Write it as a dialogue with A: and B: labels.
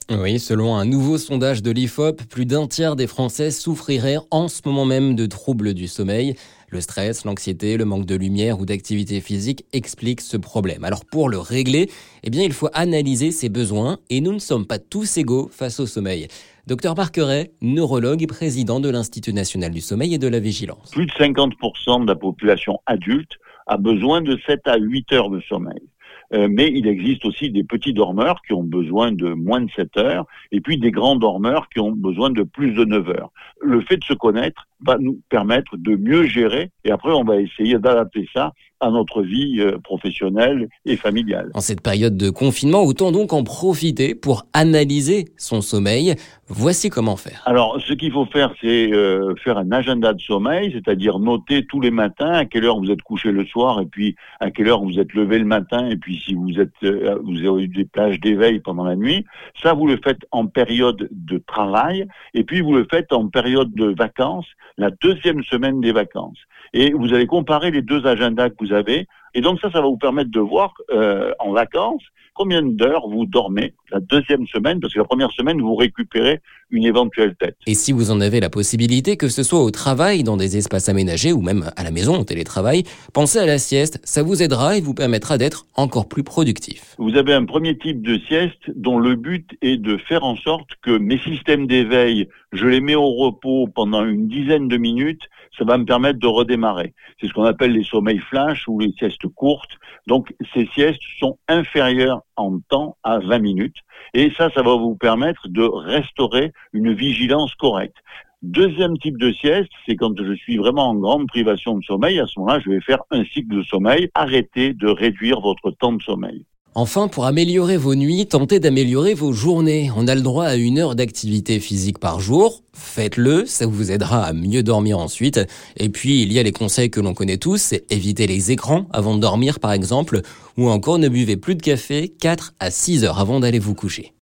A: Oui, selon un nouveau sondage de l'IFOP, plus d'un tiers des Français souffriraient en ce moment même de troubles du sommeil. Le stress, l'anxiété, le manque de lumière ou d'activité physique expliquent ce problème. Alors pour le régler, il faut analyser ses besoins et nous ne sommes pas tous égaux face au sommeil. Docteur Marqueret, neurologue et président de l'Institut national du sommeil et de la vigilance.
B: Plus de 50% de la population adulte a besoin de 7 à 8 heures de sommeil. Mais il existe aussi des petits dormeurs qui ont besoin de moins de 7 heures et puis des grands dormeurs qui ont besoin de plus de 9 heures. Le fait de se connaître va nous permettre de mieux gérer et après on va essayer d'adapter ça à notre vie professionnelle et familiale.
A: En cette période de confinement, autant donc en profiter pour analyser son sommeil. Voici comment faire.
B: Alors, ce qu'il faut faire, c'est faire un agenda de sommeil, c'est-à-dire noter tous les matins à quelle heure vous êtes couché le soir et puis à quelle heure vous êtes levé le matin et puis si vous avez eu des plages d'éveil pendant la nuit. Ça, vous le faites en période de travail et puis vous le faites en période de vacances, la deuxième semaine des vacances. Et vous allez comparer les deux agendas que vous avez. Et donc ça va vous permettre de voir en vacances combien d'heures vous dormez la deuxième semaine, parce que la première semaine, vous récupérez une éventuelle tête.
A: Et si vous en avez la possibilité, que ce soit au travail, dans des espaces aménagés ou même à la maison, au télétravail, pensez à la sieste, ça vous aidera et vous permettra d'être encore plus productif.
B: Vous avez un premier type de sieste dont le but est de faire en sorte que mes systèmes d'éveil, je les mets au repos pendant une dizaine de minutes, ça va me permettre de redémarrer. C'est ce qu'on appelle les sommeils flash ou les siestes courtes. Donc ces siestes sont inférieures en temps à 20 minutes. Et ça va vous permettre de restaurer une vigilance correcte. Deuxième type de sieste, c'est quand je suis vraiment en grande privation de sommeil. À ce moment-là, je vais faire un cycle de sommeil. Arrêtez de réduire votre temps de sommeil.
A: Enfin, pour améliorer vos nuits, tentez d'améliorer vos journées. On a le droit à 1 heure d'activité physique par jour. Faites-le, ça vous aidera à mieux dormir ensuite. Et puis, il y a les conseils que l'on connaît tous, c'est éviter les écrans avant de dormir par exemple, ou encore ne buvez plus de café 4 à 6 heures avant d'aller vous coucher.